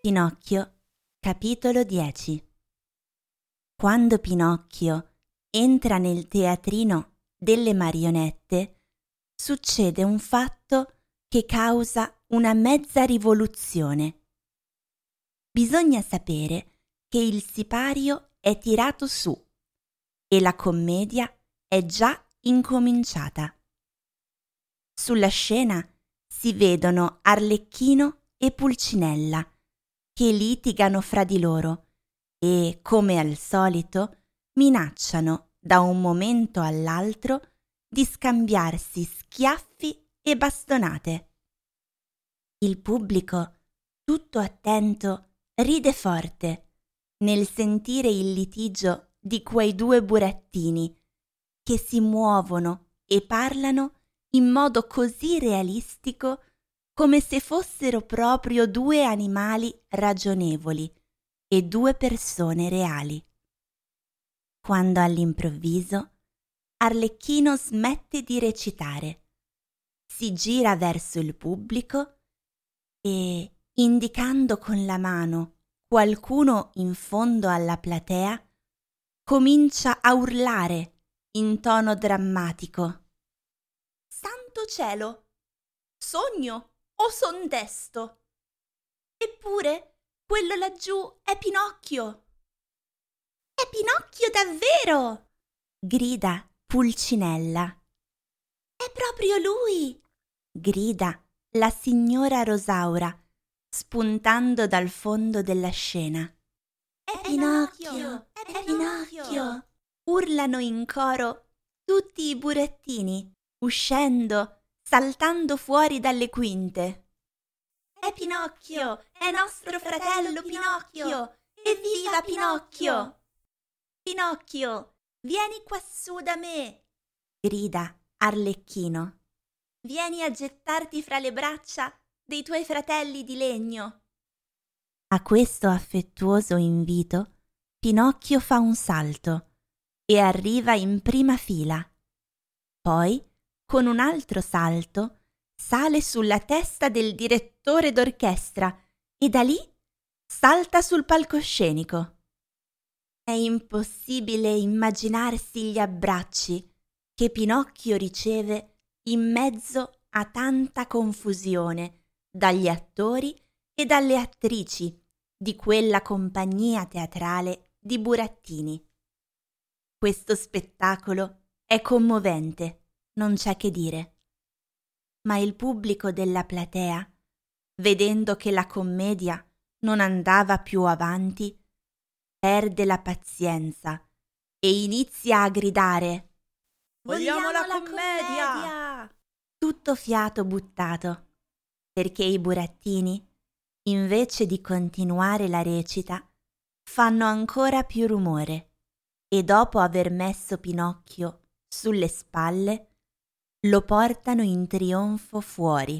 Pinocchio, capitolo 10. Quando Pinocchio entra nel teatrino delle marionette, succede un fatto che causa una mezza rivoluzione. Bisogna sapere che il sipario è tirato su e la commedia è già incominciata. Sulla scena si vedono Arlecchino e Pulcinella che litigano fra di loro e, come al solito, minacciano da un momento all'altro di scambiarsi schiaffi e bastonate. Il pubblico, tutto attento, ride forte nel sentire il litigio di quei due burattini che si muovono e parlano in modo così realistico come se fossero proprio due animali ragionevoli e due persone reali. Quando all'improvviso Arlecchino smette di recitare, si gira verso il pubblico e, indicando con la mano qualcuno in fondo alla platea, comincia a urlare in tono drammatico: «Santo cielo! Sogno o son desto? Eppure quello laggiù è Pinocchio!» «È Pinocchio davvero!» grida Pulcinella. «È proprio lui!» grida la signora Rosaura, spuntando dal fondo della scena. «È Pinocchio! È Pinocchio!» urlano in coro tutti i burattini, uscendo, saltando fuori dalle quinte. «È Pinocchio! È nostro fratello Pinocchio! Evviva Pinocchio! Pinocchio, vieni quassù da me!» grida Arlecchino. «Vieni a gettarti fra le braccia dei tuoi fratelli di legno!» A questo affettuoso invito, Pinocchio fa un salto e arriva in prima fila. Poi, con un altro salto, sale sulla testa del direttore d'orchestra e da lì salta sul palcoscenico. È impossibile immaginarsi gli abbracci che Pinocchio riceve in mezzo a tanta confusione dagli attori e dalle attrici di quella compagnia teatrale di burattini. Questo spettacolo è commovente, non c'è che dire. Ma il pubblico della platea, vedendo che la commedia non andava più avanti, perde la pazienza e inizia a gridare: «Vogliamo la commedia!» Tutto fiato buttato, perché i burattini, invece di continuare la recita, fanno ancora più rumore e dopo aver messo Pinocchio sulle spalle, lo portano in trionfo fuori.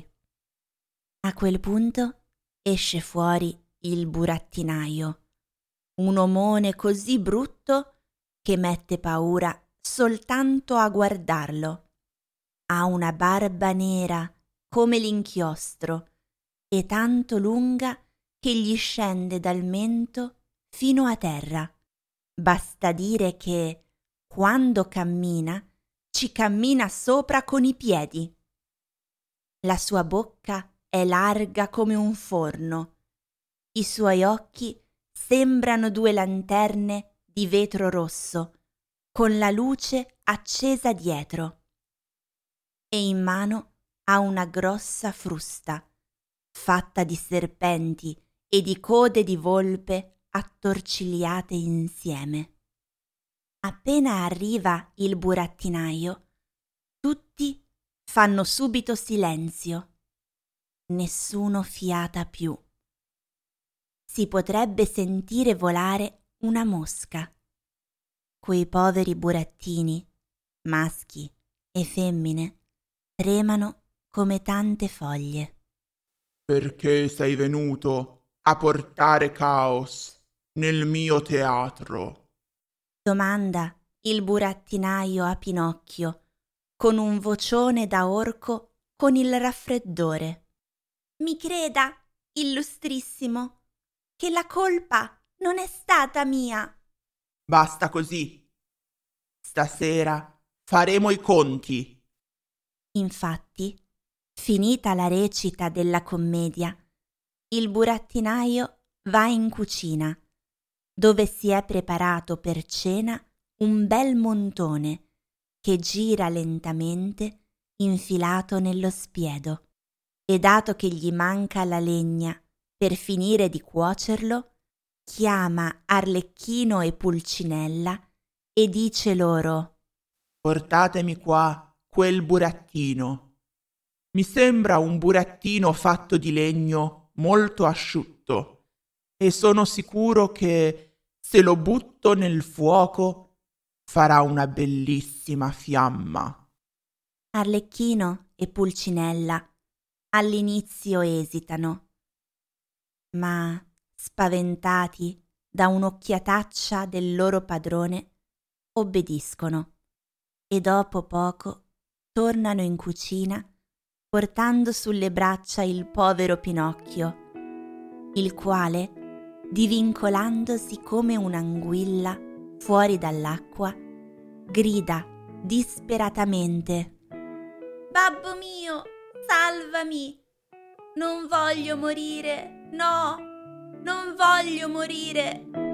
A quel punto esce fuori il burattinaio, un omone così brutto che mette paura soltanto a guardarlo. Ha una barba nera come l'inchiostro e tanto lunga che gli scende dal mento fino a terra. Basta dire che, quando cammina, ci cammina sopra con i piedi. La sua bocca è larga come un forno. I suoi occhi sembrano due lanterne di vetro rosso, con la luce accesa dietro. E in mano ha una grossa frusta, fatta di serpenti e di code di volpe attorcigliate insieme. Appena arriva il burattinaio, tutti fanno subito silenzio. Nessuno fiata più. Si potrebbe sentire volare una mosca. Quei poveri burattini, maschi e femmine, tremano come tante foglie. «Perché sei venuto a portare caos nel mio teatro?» domanda il burattinaio a Pinocchio con un vocione da orco con il raffreddore. «Mi creda, illustrissimo, che la colpa non è stata mia. Basta così. Stasera faremo i conti. Infatti, finita la recita della commedia, il burattinaio va in cucina, dove si è preparato per cena un bel montone che gira lentamente infilato nello spiedo, e dato che gli manca la legna per finire di cuocerlo, chiama Arlecchino e Pulcinella e dice loro: Portatemi qua quel burattino. Mi sembra un burattino fatto di legno molto asciutto e sono sicuro che se lo butto nel fuoco farà una bellissima fiamma. Arlecchino e Pulcinella all'inizio esitano, ma spaventati da un'occhiataccia del loro padrone, obbediscono e dopo poco tornano in cucina portando sulle braccia il povero Pinocchio, il quale, divincolandosi come un'anguilla fuori dall'acqua, grida disperatamente: Babbo mio, salvami! Non voglio morire, no, non voglio morire!